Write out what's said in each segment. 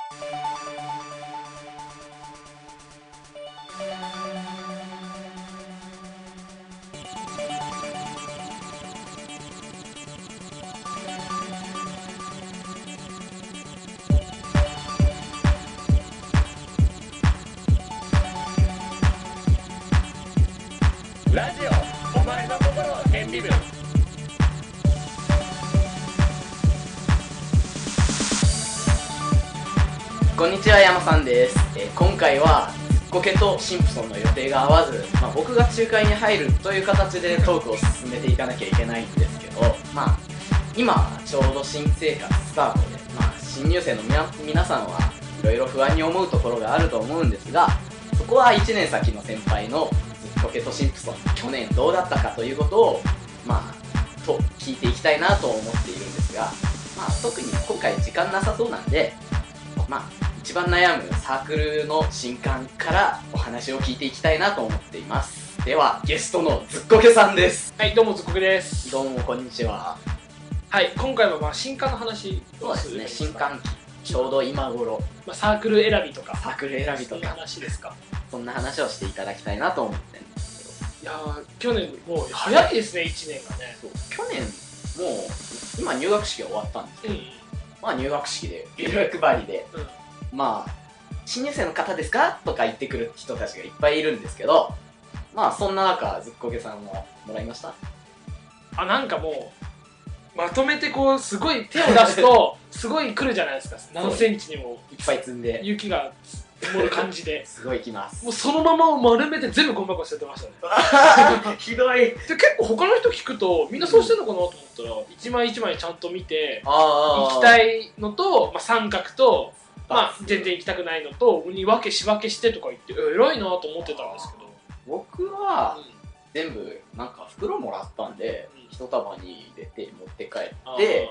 ラジオお前の心は天理部。 こんにちは、山さんです。今回はコケとシンプソンの予定が合わず、僕が仲介に入るという形でトークを進めていかなきゃいけないんですけど、今ちょうど新生活スタートで、新入生の皆さんはいろいろ不安に思うところがあると思うんですが、そこは1年先の先輩のコケとシンプソン去年どうだったかということを聞いていきたいなと思っているんですが、特に今回時間なさそうなんで、一番悩むサークルの新刊からお話を聞いていきたいなと思っています。ではゲストのずっこけさんです。 はい、どうもずっこけです。 どうもこんにちは。 はい、今回は新刊の話そうですね、新刊期ちょうど今頃、 サークル選びとかサークル選びとそういうか話ですか。 そんな話をしていただきたいなと思ってるんですいやー、去年もう早いですね、1年がね。 けど、去年もう今入学式が終わったんですけど、入学式でビラ配りで、新入生の方ですかとか言ってくる人たちがいっぱいいるんですけど、そんな中ずっこけさんはもらいました？ なんかもうまとめてこうすごい手を出すとすごい来るじゃないですか。何センチにもいっぱい積んで雪が積もる感じですごいきます。 もうそのままを丸めて全部ゴミ箱捨ててましたね。 ひどい。 で結構他の人聞くとみんなそうしてるのかなと思ったら、一枚一枚ちゃんと見て行きたいのと、三角と全然行きたくないのとに仕分けしてとか言って偉いなと思ってたんですけど、 僕は全部なんか袋もらったんで、一束に入れて持って帰って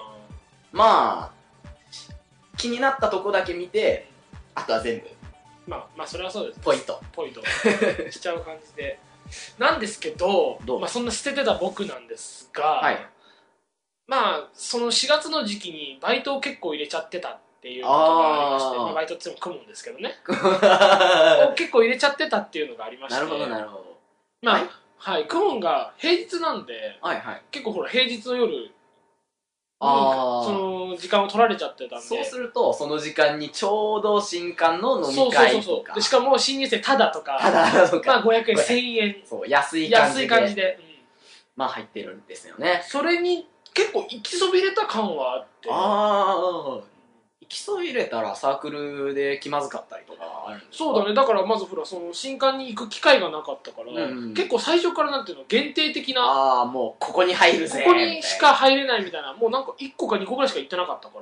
気になったとこだけ見て、あとは全部それはそうです、 ポイントしちゃう感じでなんですけど、そんな捨ててた僕なんですが、その4月の時期にバイトを結構入れちゃってたっていうことがありまして、バイトって言っても組むんですけどね結構入れちゃってたっていうのがありまして、 なるほどなるほど。 組むんが平日なんで、結構ほら平日の夜その時間を取られちゃってたんで、 そうするとその時間にちょうど新刊の飲み会とか、 でしかも新入生タダとか500円1000円安い感じで入ってるんですよね。 それに結構行きそびれた感はあって、 行きそびれたらサークルで気まずかったりとかあるんですか？ そうだね。だからまずほらその新刊に行く機会がなかったから、結構最初からなんていうの限定的な、 もうここに入るぜ、 ここにしか入れないみたいな、もうなんか1個か2個ぐらいしか行ってなかったから、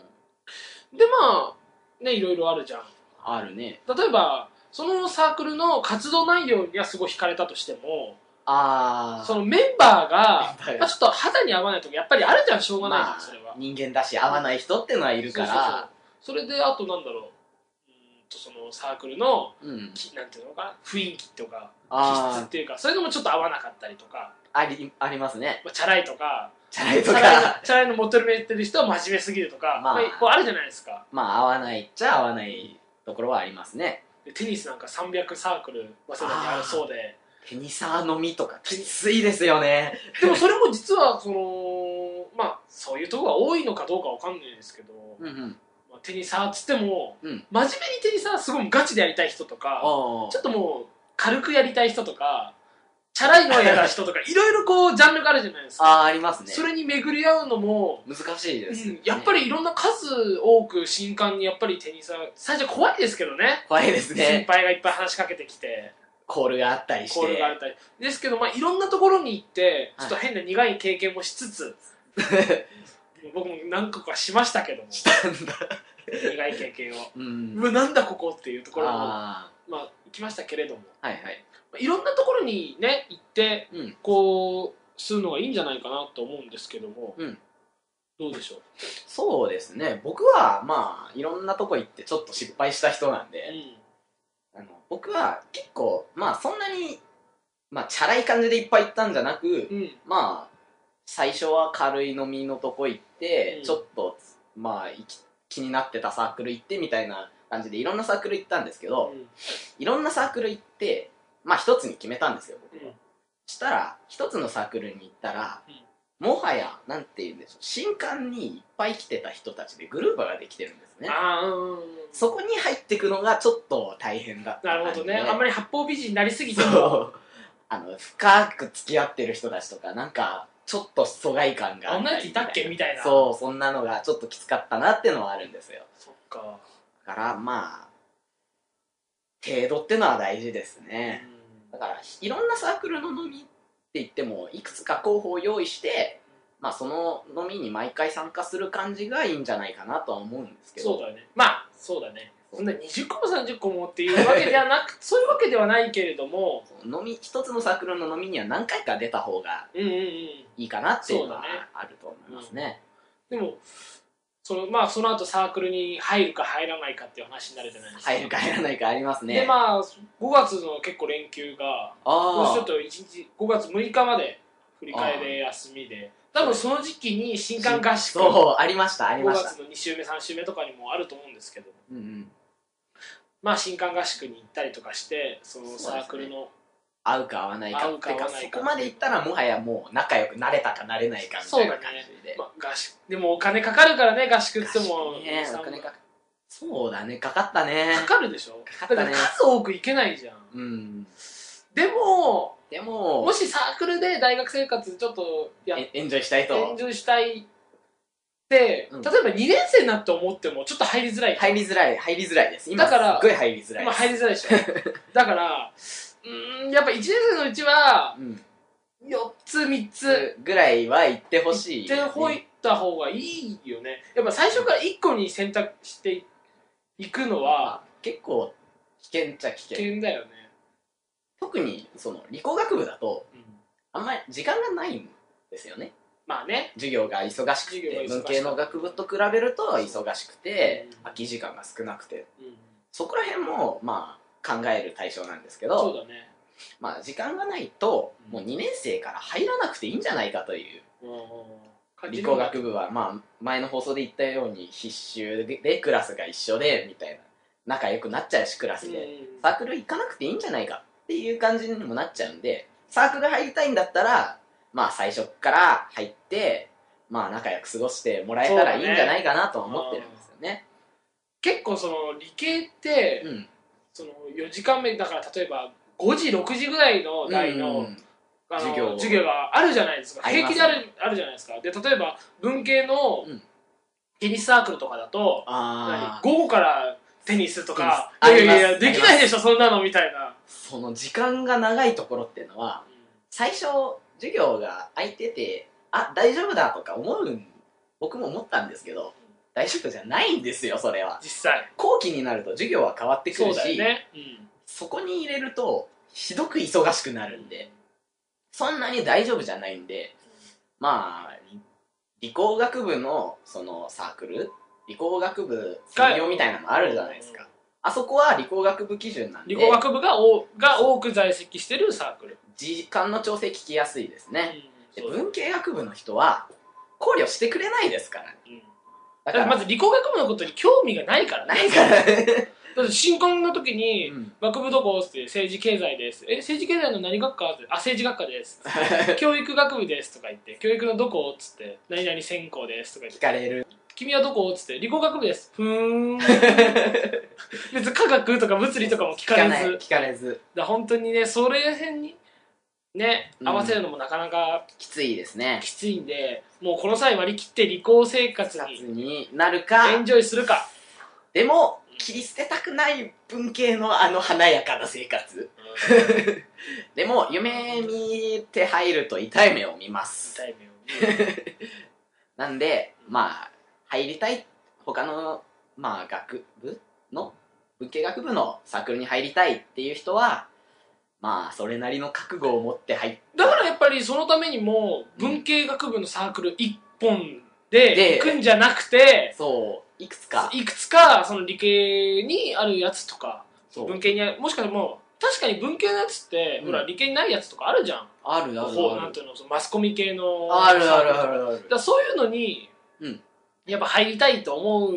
でいろいろあるじゃん。 あるね。 例えばそのサークルの活動内容にはすごい惹かれたとしても、そのメンバーがちょっと肌に合わないとかやっぱりあるじゃん。しょうがないじゃん、それは。 人間だし合わない人っていうのはいるから、 それであとなんだろう、そのサークルの、なんていうのかな、雰囲気とか気質っていうか、そういうのもちょっと合わなかったりとかありますね。 チャラいとか、チャラいの求めてる人は真面目すぎるとか、こうあるじゃないですか。 合わないっちゃ合わないところはありますね。 テニスなんか300サークル早稲田にあるそうで、 テニサー飲みとかきついですよね。 でもそれも実はそのそういうところが多いのかどうかわかんないですけど、テニサーっつっても、真面目にテニサーすごいガチでやりたい人とか、ちょっともう軽くやりたい人とか、チャラいの嫌な人とか、いろいろこうジャンルがあるじゃないですか。 ありますね。 それに巡り合うのも難しいです、 やっぱりいろんな数多く新刊にやっぱりテニサー最初怖いですけどね。 怖いですね。 先輩がいっぱい話しかけてきて、 コールがあったりして、 ですけどいろんなところに行ってちょっと変な苦い経験もしつつ僕も何個かしましたけども、苦い経験を、なんだここっていうところも行きましたけれども、いろんなところにね行ってこうするのがいいんじゃないかなと思うんですけども、どうでしょう？ そうですね、僕はいろんなとこ行ってちょっと失敗した人なんで、僕は結構そんなにチャラい感じでいっぱい行ったんじゃなく、最初は軽い飲みのとこ行って、ちょっと気気になってたサークル行ってみたいな感じでいろんなサークル行ったんですけど、 うん、 いろんなサークル行ってまあ一つに決めたんですよ僕は、 うん、 したら一つのサークルに行ったら、もはやなんて言うんでしょう、新歓にいっぱい来てた人たちでグループができてるんですね。そこに入っていくのがちょっと大変だったなるほどね。あんまり八方美人になりすぎても、 そう深く付き合ってる人たちとかなんかちょっと疎外感がああんなったりやついたっけみたいな。 そう、そんなのがちょっときつかったなっていうのはあるんですよ。 そっか。 だからまあ程度ってのは大事ですね。だからいろんなサークルの飲みって言ってもいくつか候補を用意して、まあその飲みに毎回参加する感じがいいんじゃないかなとは思うんですけど。 そうだね。まあそうだね。そんな20個も30個もっていうわけではなくそういうわけではないけれども、 一つのサークルの飲みには何回か出た方がいいかなっていうのはあると思いますね。 でもまあその後サークルに入るか入らないかっていう話になるじゃないですか。 入るか入らないかありますね。 でまあ5月の結構連休がもうちょっと1日5月6日まで振り替えで休みで、多分その時期に新歓合宿そうありましたありました。 5月の2週目3週目とかにもあると思うんですけど、 うんうん、 まあ新歓合宿に行ったりとかしてそのサークルの合うか合わないかっていうか、そこまでいったらもはやもう仲良くなれたかなれないかみたいな感じで、 まあ、合宿でもお金かかるからね、合宿ってもね、お金かかそうだね、かかったね。 かかるでしょ。 かかったね。 だって数多く行けないじゃん。 うん、 でももしサークルで大学生活ちょっとエンジョイしたいとエンジョイしたいって、例えば2年生になって思ってもちょっと入りづらい入りづらいです。今だからすっごい入りづらい今入りづらいでしょだからやっぱ1年生のうちは4つ3つぐらいは行ってほしい、 行ってほいた方がいいよね。やっぱ最初から1個に選択していくのは結構危険っちゃ危険だよね。 特にその理工学部だとあんまり時間がないんですよね。 まあね、 授業が忙しくて文系の学部と比べると忙しくて空き時間が少なくて、そこら辺もまあ考える対象なんですけど、 そうだね、 まあ時間がないともう2年生から入らなくていいんじゃないかという。理工学部はまあ前の放送で言ったように必修でクラスが一緒でみたいな、仲良くなっちゃうしクラスでサークル行かなくていいんじゃないかっていう感じにもなっちゃうんで、サークル入りたいんだったらまあ最初から入ってまあ仲良く過ごしてもらえたらいいんじゃないかなと思ってるんですよね。 結構その理系って、その4時間目だから例えば5時6時ぐらいの代の、授業があるじゃないですか。平気であるじゃないですか。で例えば文系のテニスサークルとかだと、午後からテニスとかいやできないでしょそんなのみたいな。 その時間が長いところっていうのは、最初授業が空いてて大丈夫だとか僕も思ったんですけど、大丈夫じゃないんですよそれは。 実際後期になると授業は変わってくるし、 そうだよね、 そこに入れるとひどく忙しくなるんで、そんなに大丈夫じゃないんで、まあ理工学部のそのサークル、理工学部専用みたいなのもあるじゃないですか。あそこは理工学部基準なんで、 理工学部が多く在籍してるサークル、 時間の調整聞きやすいですね。で文系学部の人は考慮してくれないですから、 だからまず理工学部のことに興味がないからね。だって新婚の時に「学部どこ?」って「政治経済です」「政治経済の何学科?」って「政治学科です」「教育学部です」とか言って「教育のどこ?」っつって「何々専攻です」とか言って聞かれる。 君はどこ?っつって「理工学部です」ふーん別に科学とか物理とかも聞かれずだ、本当にねそれ辺にね合わせるのもなかなかきついですね。 きついんで、もうこの際割り切って理工生活になるかエンジョイするか。 でも切り捨てたくない文系の華やかな生活でも夢見て入ると痛い目を見ます。 痛い目を見るなんでまあ入りたい他のまあ学部の文系学部のサークルに入りたいっていう人はまあそれなりの覚悟を持って入って、 だからやっぱりそのためにも文系学部のサークル1本で行くんじゃなくて、 そういくつかその理系にあるやつとか文系にもしかしても確かに文系のやつって、ほら理系にないやつとかあるじゃん。 あるなんていうの、マスコミ系のあるだからそういうのにやっぱ入りたいと思う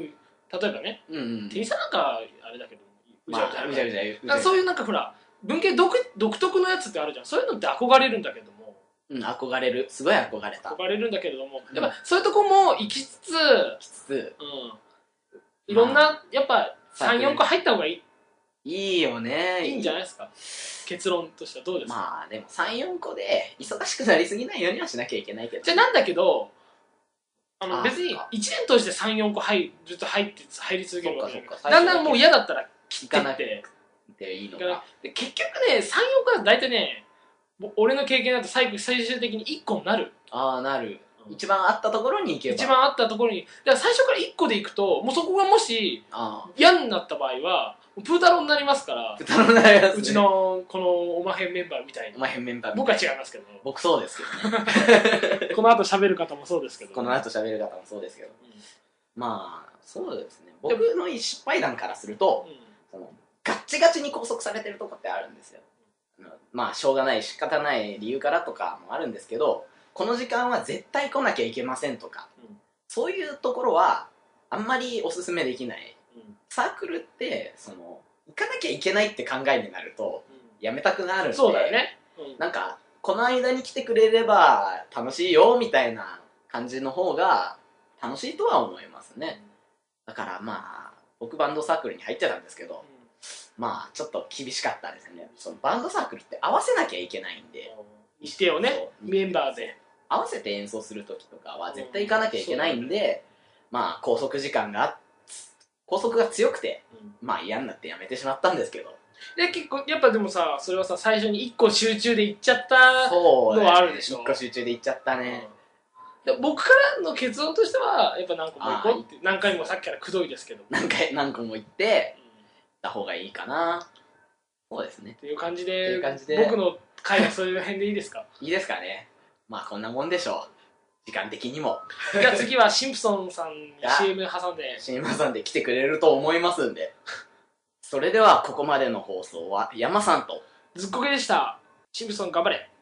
例えばね、店員さんなんかあれだけどうじゃうじゃうじゃそういうなんかほら文系独特のやつってあるじゃん。そういうのって憧れるんだけども、 憧れる、すごい憧れた。 憧れるんだけれども、やっぱそういうとこも行きつつ、いろんなやっぱ3、4個入った方がいいよね。 いいんじゃないですか。結論としてはどうですか。 まあでも3、4個で忙しくなりすぎないようにはしなきゃいけないけど。 じゃあなんだけど、別に1年通して3、4個ずっと入り続けるわけだから、だんだんもう嫌だったら切ってっていいのか。 で結局ね、3、4個だと大体ね、俺の経験だと最終的に1個になる。 なる。一番あったところに行けば。 一番あったところに。だから最初から1個で行くと、もうそこがもし嫌になった場合は、プー太郎になりますから。 プー太郎になりますね。 うちのこのおまへんメンバーみたいに。 おまへんメンバー僕は違いますけど。 僕そうですけどね。 この後喋る方もそうですけど。 この後喋る方もそうですけど。まあ、そうですね。僕の失敗談からすると、ガッチガチに拘束されてるとこってあるんですよ。まあ、しょうがない、仕方ない理由からとかもあるんですけど、この時間は絶対来なきゃいけませんとか、そういうところはあんまりおすすめできない。サークルって行かなきゃいけないって考えになるとやめたくなるんで、 そうだよね、 なんかこの間に来てくれれば楽しいよみたいな感じの方が楽しいとは思いますね。だからまあ僕バンドサークルに入ってたんですけど、まあちょっと厳しかったですね。バンドサークルって合わせなきゃいけないんで、 一定をね、メンバーで合わせて演奏する時とかは絶対行かなきゃいけないんで、まあ拘束が強くて、まあ嫌になってやめてしまったんですけど。 で結構やっぱでもさ、それはさ、最初に1個集中で行っちゃったのはあるでしょ。 1個集中で行っちゃったね。 で僕からの結論としてはやっぱ何個も行こうって、何回もさっきからくどいですけど、 何個も行ってた方がいいかな。そうですね。 っていう感じで僕の回はそういう辺でいいですか。 いいですかね。まあこんなもんでしょう、時間的にも。 じゃあ次はシンプソンさんに CM 挟んで CM 挟んで来てくれると思いますんで。それではここまでの放送は山さんとずっこけでした。シンプソン頑張れ。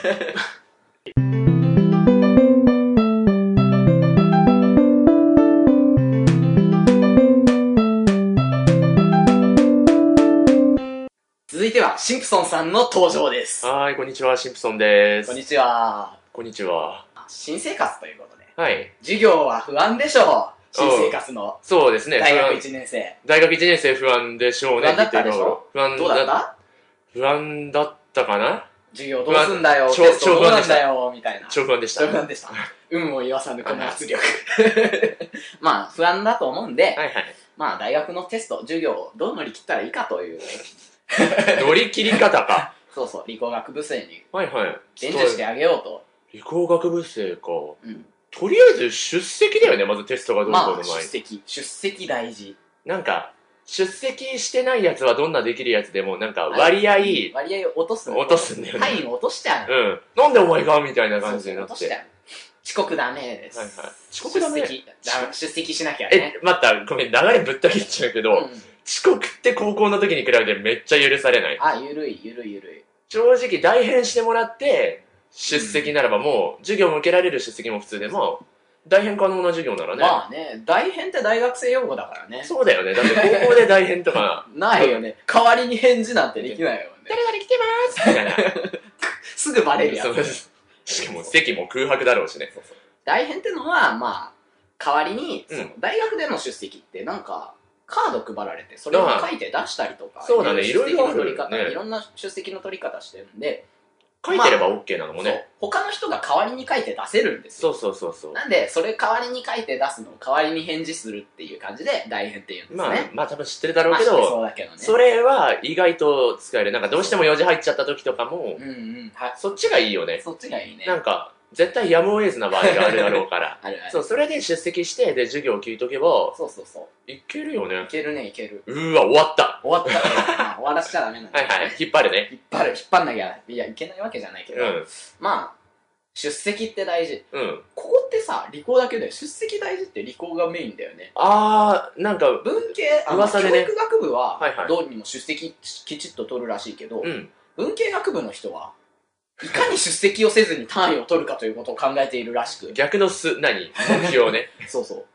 続いてはシンプソンさんの登場です。 はい、こんにちは、シンプソンです。 こんにちは。 こんにちは。 新生活ということで。 はい。 授業は不安でしょう。新生活の。 そうですね。 大学1年生。 大学1年生不安でしょうね。 不安だったでしょ。どうだった？ 不安だったかな。 授業どうすんだよ。テストどうなんだよみたいな。 超不安でした。 超不安でした。有無を言わさぬこの圧力。まあ不安だと思うんで、 はいはい。 まあ大学のテスト、授業をどう乗り切ったらいいかという。 乗り切り方か。 そうそう、理工学部生にはいはい。 伝授してあげようと。 理工学部生か。とりあえず出席だよね、まずテストがどうこうの前に。 出席大事。 なんか、出席してないやつはどんなできるやつでも、なんか割合落とすんだよね。 単位を落としちゃう。 うん。なんでお前がみたいな感じになって。 落としちゃう。遅刻ダメです。 はいはい。遅刻ダメ。 出席しなきゃね。 待った、ごめん、流れぶった切っちゃうけど、遅刻って高校の時に比べてめっちゃ許されない。 ゆるい。 正直代編してもらって出席ならばもう授業も受けられる出席も普通でも代編可能な授業ならね。 まあね、代編って大学生用語だからね。 そうだよね。だって高校で代編とかないよね。代わりに返事なんてできないよね。 誰々来てまーすみたいな。 すぐバレるやつ。 しかも席も空白だろうしね。 代編ってのはまあ代わりに大学での出席ってなんかカード配られてそれを書いて出したりとか、 そうだね、いろいろあるね。いろんな出席の取り方してるんで、 書いてれば OK なのもね。 他の人が代わりに書いて出せるんですよ。 そう。 なんでそれ代わりに書いて出すのを代わりに返事するっていう感じで代編っていうんですね。 まあ多分知ってるだろうけど、それは意外と使える。なんかどうしても用事入っちゃった時とかも、そっちがいいよね。 そっちがいいね。 なんか絶対やむを得ずな場合があるだろうからそう、 それで出席してで授業を聞いとけばいけるよね。 いけるね、いける。 うわ、終わった終わらしちゃダメなんだ。 はいはい、引っ張るね。 引っ張んなきゃいけないわけじゃないけど、まあ出席って大事。ここってさ、理工だけで出席大事って理工がメインだよね。 なんか文系、 噂でね、 教育学部はどうにも出席きちっと取るらしいけど、文系学部の人はいかに出席をせずに単位を取るかということを考えているらしく。 逆の目標ね。 そう。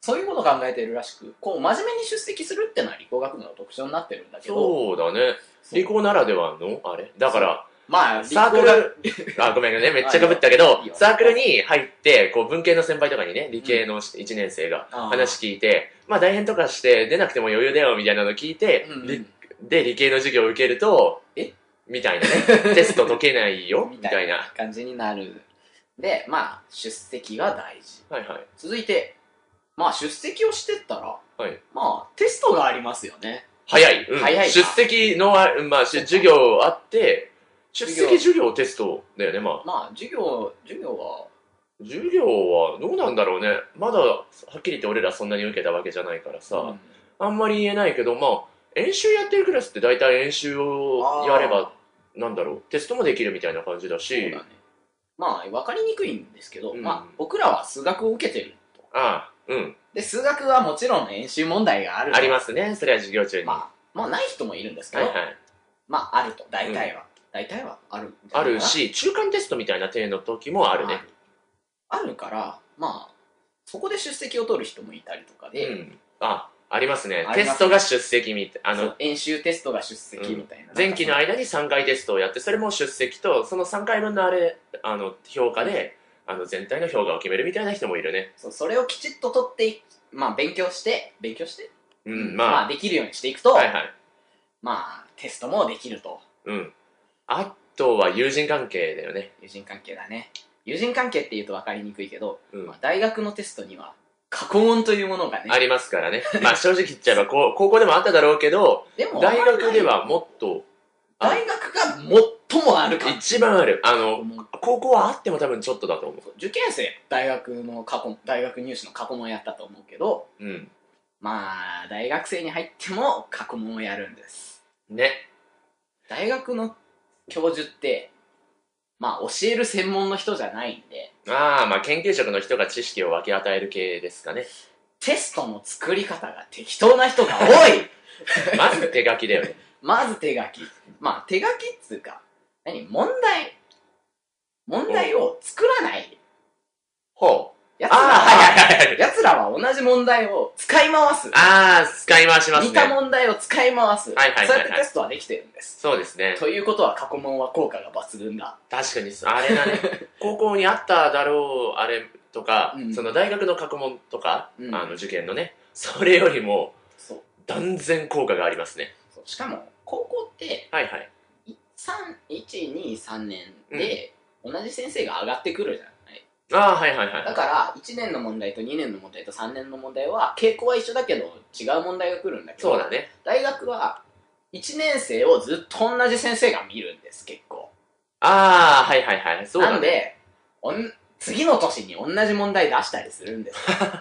そういうことを考えてるらしく、こう真面目に出席するってのは理工学部の特徴になってるんだけど、 そうだね。理工ならではのあれだから、 まあ、 サークル、ごめんね、めっちゃ被ったけどいいよ、 サークルに入って、こう、文系の先輩とかにね、理系の1年生が話聞いて、まあ、大変とかして出なくても余裕だよ、みたいなの聞いて、で、理系の授業を受けると、みたいなね、テスト解けないよ、みたいな感じになる。で、まあ、出席が大事。 はいはい。 続いて、まあ、出席をしてったら、 はい。 まあ、テストがありますよね。 早い。 早い。 出席の、まあ、授業あって、出席授業テストだよね、まあ。 まあ、授業はどうなんだろうね。まだ、はっきり言って俺らそんなに受けたわけじゃないからさ、あんまり言えないけど、まあ、演習やってるクラスって大体演習をやれば、なんだろう、テストもできるみたいな感じだし。 そうだね。まあ、わかりにくいんですけど、まあ、僕らは数学を受けてると。で、数学はもちろん演習問題がある。 ありますね、それは授業中に。 まあ、ない人もいるんですけど、まあ、あると、大体は。大体はある。 あるし、中間テストみたいな体の時もあるね。 あるから、まあ、そこで出席を取る人もいたりとかで。 ありますね。テストが出席みたいな。 演習テストが出席みたいな。 前期の間に3回テストをやって、それも出席と、その3回分の評価で、全体の評価を決めるみたいな人もいるね。 それをきちっと取って、まあ、勉強して、 まあ、できるようにしていくと、まあ、テストもできると。 あとは友人関係だよね。 友人関係だね。友人関係って言うと分かりにくいけど、大学のテストには過去問というものがねありますからね。まあ正直言っちゃえば高校でもあっただろうけど、でも大学ではもっと大学が最もあるか一番ある。高校はあっても多分ちょっとだと思う。 受験生大学入試の過去問やったと思うけど、まあ大学生に入っても過去問をやるんですね。 大学の教授ってまあ教える専門の人じゃないんで、 まあ研究職の人が知識を分け与える系ですかね。 テストの作り方が適当な人が多いまず手書きだよね。 まず手書き。まあ手書きっつうか問題を作らないやつらは同じ問題を使い回す。 使い回しますね。 似た問題を使い回す。そうやってテストはできてるんです。 そうですね。 ということは過去問は効果が抜群だ。 確かに、あれだね。高校にあっただろう、あれとか、その大学の過去問とか、受験のね、それよりも、断然効果がありますね。 しかも、高校って、1、2、3年で、同じ先生が上がってくるじゃん。だから1年の問題と2年の問題と3年の問題は傾向は一緒だけど違う問題が来るんだけど、 そうだね。 大学は1年生をずっと同じ先生が見るんです。結構そうだね。なんで次の年に同じ問題出したりするんです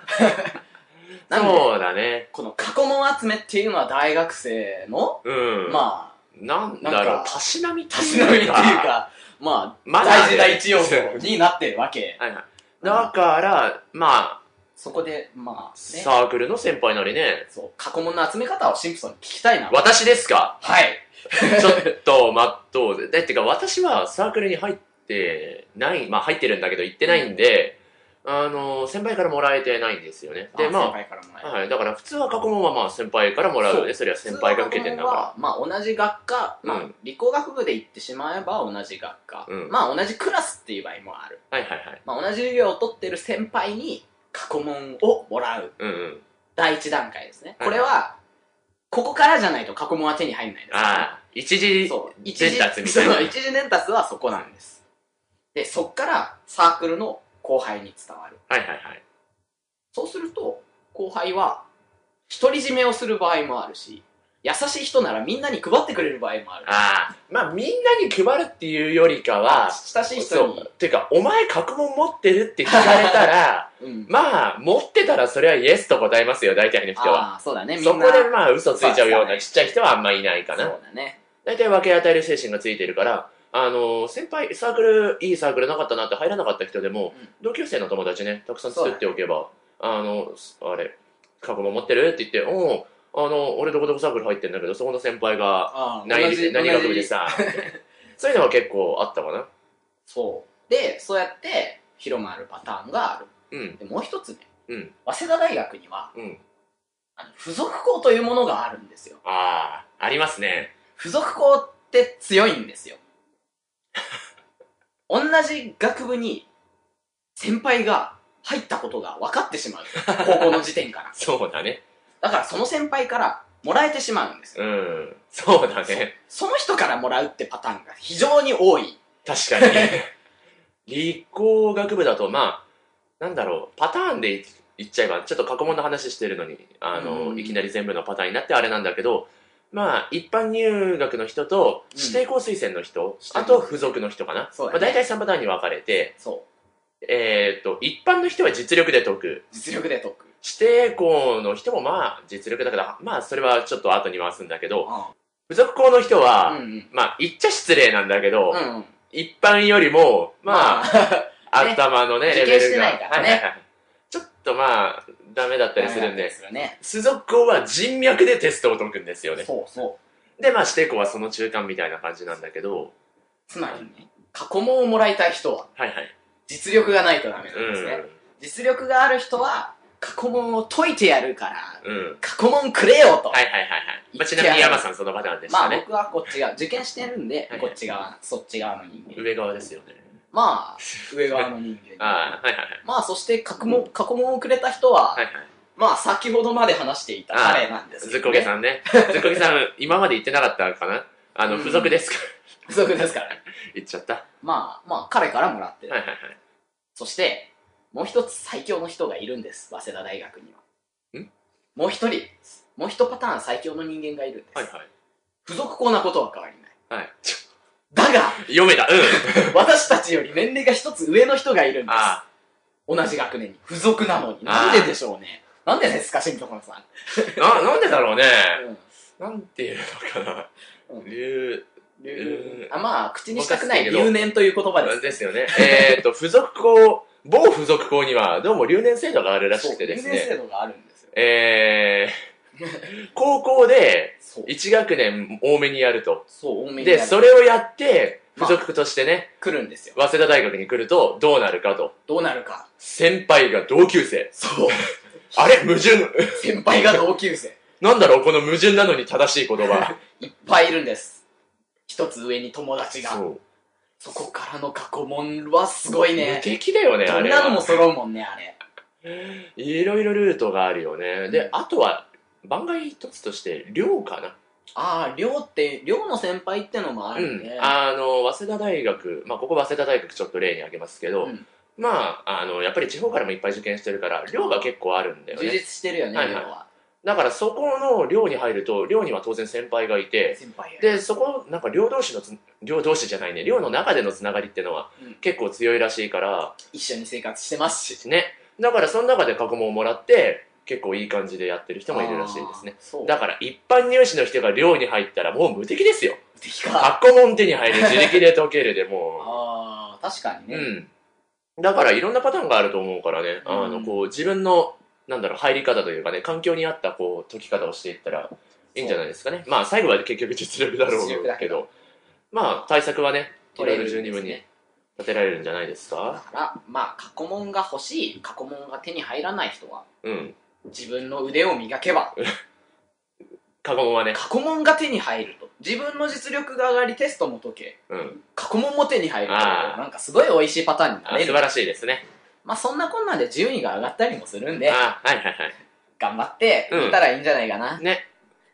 そうだね。 この過去問集めっていうのは大学生のまあなんだろう、たしなみっていうかまあ、大事な一要素になってるわけ。 だから、まあ、 そこで、まあ、 サークルの先輩なりね。 過去問の集め方をシンプソンに聞きたいな。 私ですか？ はい。 ちょっと、ってか私はサークルに入ってない、まあ入ってるんだけど行ってないんで、先輩からもらえてないんですよね。で、まあ、 先輩からもらえる。 だから普通は過去問はまあ先輩からもらうよね。それは先輩が受けてんだから。 まあ同じ学科、まあ理工学部で行ってしまえば同じ学科。まあ同じクラスっていう場合もある。まあ同じ授業を取ってる先輩に過去問をもらう。第一段階ですね。これは、ここからじゃないと過去問は手に入んないです。 一次伝達みたいな。 一次伝達はそこなんです。で、そっからサークルの後輩に伝わる。そうすると、後輩は、独り占めをする場合もあるし、優しい人ならみんなに配ってくれる場合もある。 まあみんなに配るっていうよりかは、 親しい人に。 てか、お前過去問持ってるって聞かれたら、まあ、持ってたらそれはイエスと答えますよ、大体の人は。 そうだね、 そこでまあ嘘ついちゃうようなちっちゃい人はあんまいないかな。 そうだね。 大体分け与える精神がついてるから、先輩、いいサークルなかったなって入らなかった人でも、同級生の友達ね、たくさん作っておけば、過去問持ってるって言って、俺どこどこサークル入ってんだけど、そこの先輩が、何学部でさ、そういうのは結構あったかな。 そう。で、そうやって広まるパターンがある。で、もう一つね、 早稲田大学には、 うん。 付属校というものがあるんですよ。 ああ、ありますね。 付属校って強いんですよ。同じ学部に先輩が入ったことが分かってしまう。高校の時点から。 そうだね。 だからその先輩からもらえてしまうんですよ。 そうだね。 その人からもらうってパターンが非常に多い。 確かに。理工学部だと、まあ、なんだろう、パターンで言っちゃえば、ちょっと過去問の話してるのに、いきなり全部のパターンになってあれなんだけど、まあ、一般入学の人と、指定校推薦の人、あと付属の人かな。 そうだね。 まあ、大体3パターンに分かれて、 そう。 一般の人は実力で解く。 実力で解く。 指定校の人もまあ、実力だから、まあ、それはちょっと後に回すんだけど、付属校の人は、まあ、言っちゃ失礼なんだけど、一般よりも、まあ、頭のね、レベルが。ちょっとまあ、ダメだったりするんで、付属校は人脈でテストを解くんですよね。 そうそう。 で、まあ、指定校はその中間みたいな感じなんだけど、 つまりね、過去問をもらいたい人は、実力がないとダメなんですね。実力がある人は、過去問を解いてやるから、過去問くれよと。 まあ、ちなみに山さんそのパターンでしたね。 まあ僕はこっち側、受験してるんで、こっち側、そっち側の人間。 上側ですよね。 まあ、上側の人間。まあ、そして過去問をくれた人は、まあ、先ほどまで話していた彼なんですけどね。ずっこけさんね。ずっこけさん、今まで言ってなかったかな付属ですから。 付属ですから。 言っちゃった。 まあ、彼からもらってる。そして、もう一つ最強の人がいるんです、早稲田大学には。もう一パターン最強の人間がいるんです。付属校なことは変わりない。だが、 読めた。 私たちより年齢が一つ上の人がいるんです。同じ学年に。付属なのに。なんででしょうね。なんでですか、新所さん。 なんでだろうね。なんていうのかな。 まあ、口にしたくない留年という言葉です。 ですよね。付属校、某付属校にはどうも留年制度があるらしくてですね。 留年制度があるんですよ。 高校で1学年多めにやると。 多めにで、それをやって、付属としてね、 来るんですよ。 早稲田大学に来るとどうなるかと。 どうなるか。 先輩が同級生。 そう。 あれ矛盾。 先輩が同級生。 なんだろうこの矛盾なのに正しい言葉。 いっぱいいるんです。一つ上に友達が。そこからの過去問はすごいね。 無敵だよね、あれは。どんなのも揃うもんね、あれ。 いろいろルートがあるよね。で、あとは、番外一つとして、寮かな。 寮の先輩ってのもあるね。 早稲田大学、まあ、ここ早稲田大学ちょっと例に挙げますけど、まあ、やっぱり地方からもいっぱい受験してるから、寮が結構あるんだよね。 充実してるよね、寮は。 だからそこの寮に入ると、寮には当然先輩がいて、で、そこ、なんか寮同士じゃないね、寮の中でのつながりっていうのは結構強いらしいから、 一緒に生活してますし。 ね。だからその中で過去問をもらって、結構いい感じでやってる人もいるらしいですね。だから一般入試の人が寮に入ったらもう無敵ですよ。 無敵か。 過去問手に入る、自力で解けるでもう。確かにね。 だからいろんなパターンがあると思うからね、こう自分の、なんだろう、入り方というかね、環境に合ったこう解き方をしていったらいいんじゃないですかね。まあ最後は結局実力だろうけど、まあ対策はね、いろいろ十二分に立てられるんじゃないですか。 だから、まあ過去問が欲しい、過去問が手に入らない人は、自分の腕を磨けば過去問はね、 過去問が手に入ると自分の実力が上がりテストも解け、過去問も手に入るとなんかすごい美味しいパターンになれる。 素晴らしいですね。まあそんなこんなんで順位が上がったりもするんで、頑張っていったらいいんじゃないかな。 ね。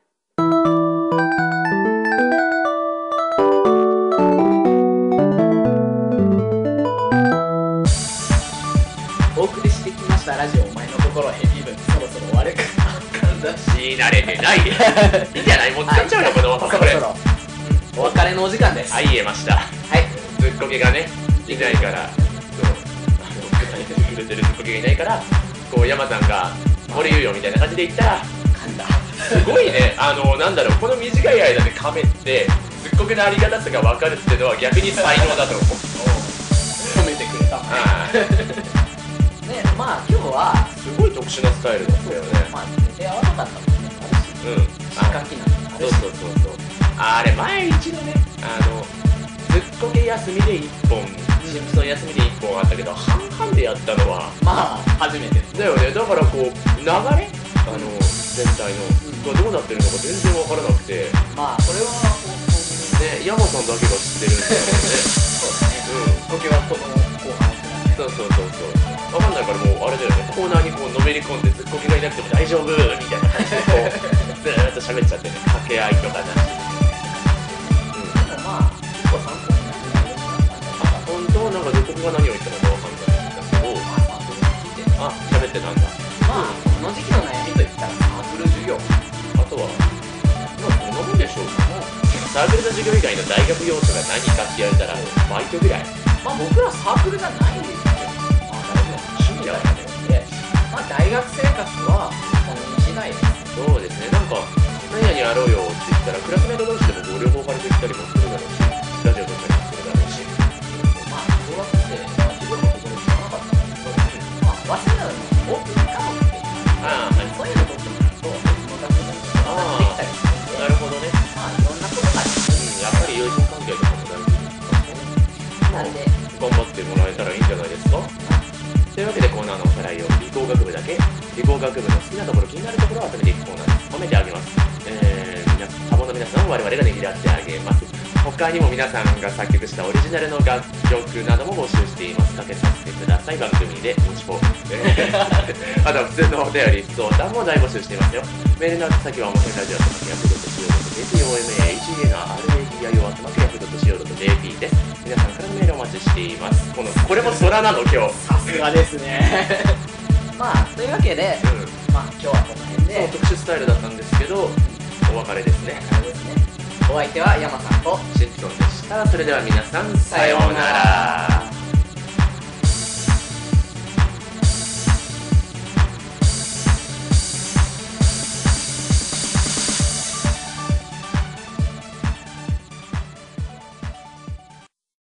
お送りしてきましたラジオお前の心ヘビー分そろそろ終わるかな。 し慣れてない。いいんじゃない？もう使っちゃうよこのままこれ。 お別れのお時間です。 はい、言えました。ずっこけがねいないから。ずっこけがいないからこう山さんがこれ言うよみたいな感じで言ったらすごいね。なんだろう、この短い間で噛めってずっこけのありがたさが分かるっていうのは逆に才能だと思う。 褒めてくれたね。まあ今日はすごい特殊なスタイルだったよね。 まあ寝て合わなかったもんね。新歓期なんだ。 そうあれ前一度ねずっこけ休みで1本シンプソン休みで1本あったけど、半々でやったのはまあ初めてだよね。だからこう流れ全体のがどうなってるのか全然わからなくて、 まあそれはね、山さんだけが知ってるんだよね。 そうだね。時はこの後半そうそうそうそう。わかんないからもうあれだよね。コーナーにこうのめり込んでずっこけがいなくても大丈夫みたいな感じでこうずーっと喋っちゃってね。掛け合いとかなし。 まあ結構参考になる内容だったん本当なんかどこが何を言ったのかわかんないんだけど、あ、喋ってたんだ。 まあこの時期の悩みといったらサークル授業。 あとはまあそんなもんでしょうか。サークルの授業以外の大学要素が何かって言われたらバイトぐらい。 まあ僕らサークルじゃないんですよ。まあ大学の趣味だからね。まあ大学生活は本人次第です。 そうですね。なんか何々やろうよって言ったらクラスメート同士でも旅行からできたりもするだろうし、ラジオ撮ったりもするだろうし。 まあ小学生は授業のところに知らなかったんですけど、まあ早稲田のオープン科目っていうああ、はい。 そういうのとってもらうと別の学部ができたりするんで、 なるほどね。 まあいろんなことがやっぱり友人関係とかも大事ですかね。 なんで頑張ってもらえたらいいんじゃないですか。というわけでコーナーのおさらいを理工学部だけ、理工学部の好きなところ気になるところを集めていくコーナーです。褒めてあげます。多忙の皆さんを我々がねぎらってあげます。他にも皆さんが作曲したオリジナルの楽曲なども募集しています。かけさせてください。番組で持ちポあとは普通のお便り、相談も大募集していますよ。メールの宛先はおもせんラジオ@yahoo.co.jp、OMAGIO@yahoo.co.jp です。皆さんからのメールをお待ちしています。これも空なの今日。 さすがですねまあというわけで、まあ今日はこの辺でそう特殊スタイルだったんですけど、お別れですね。 あれですね。お相手は山さんとシンプソンでした。それでは皆さんさようなら。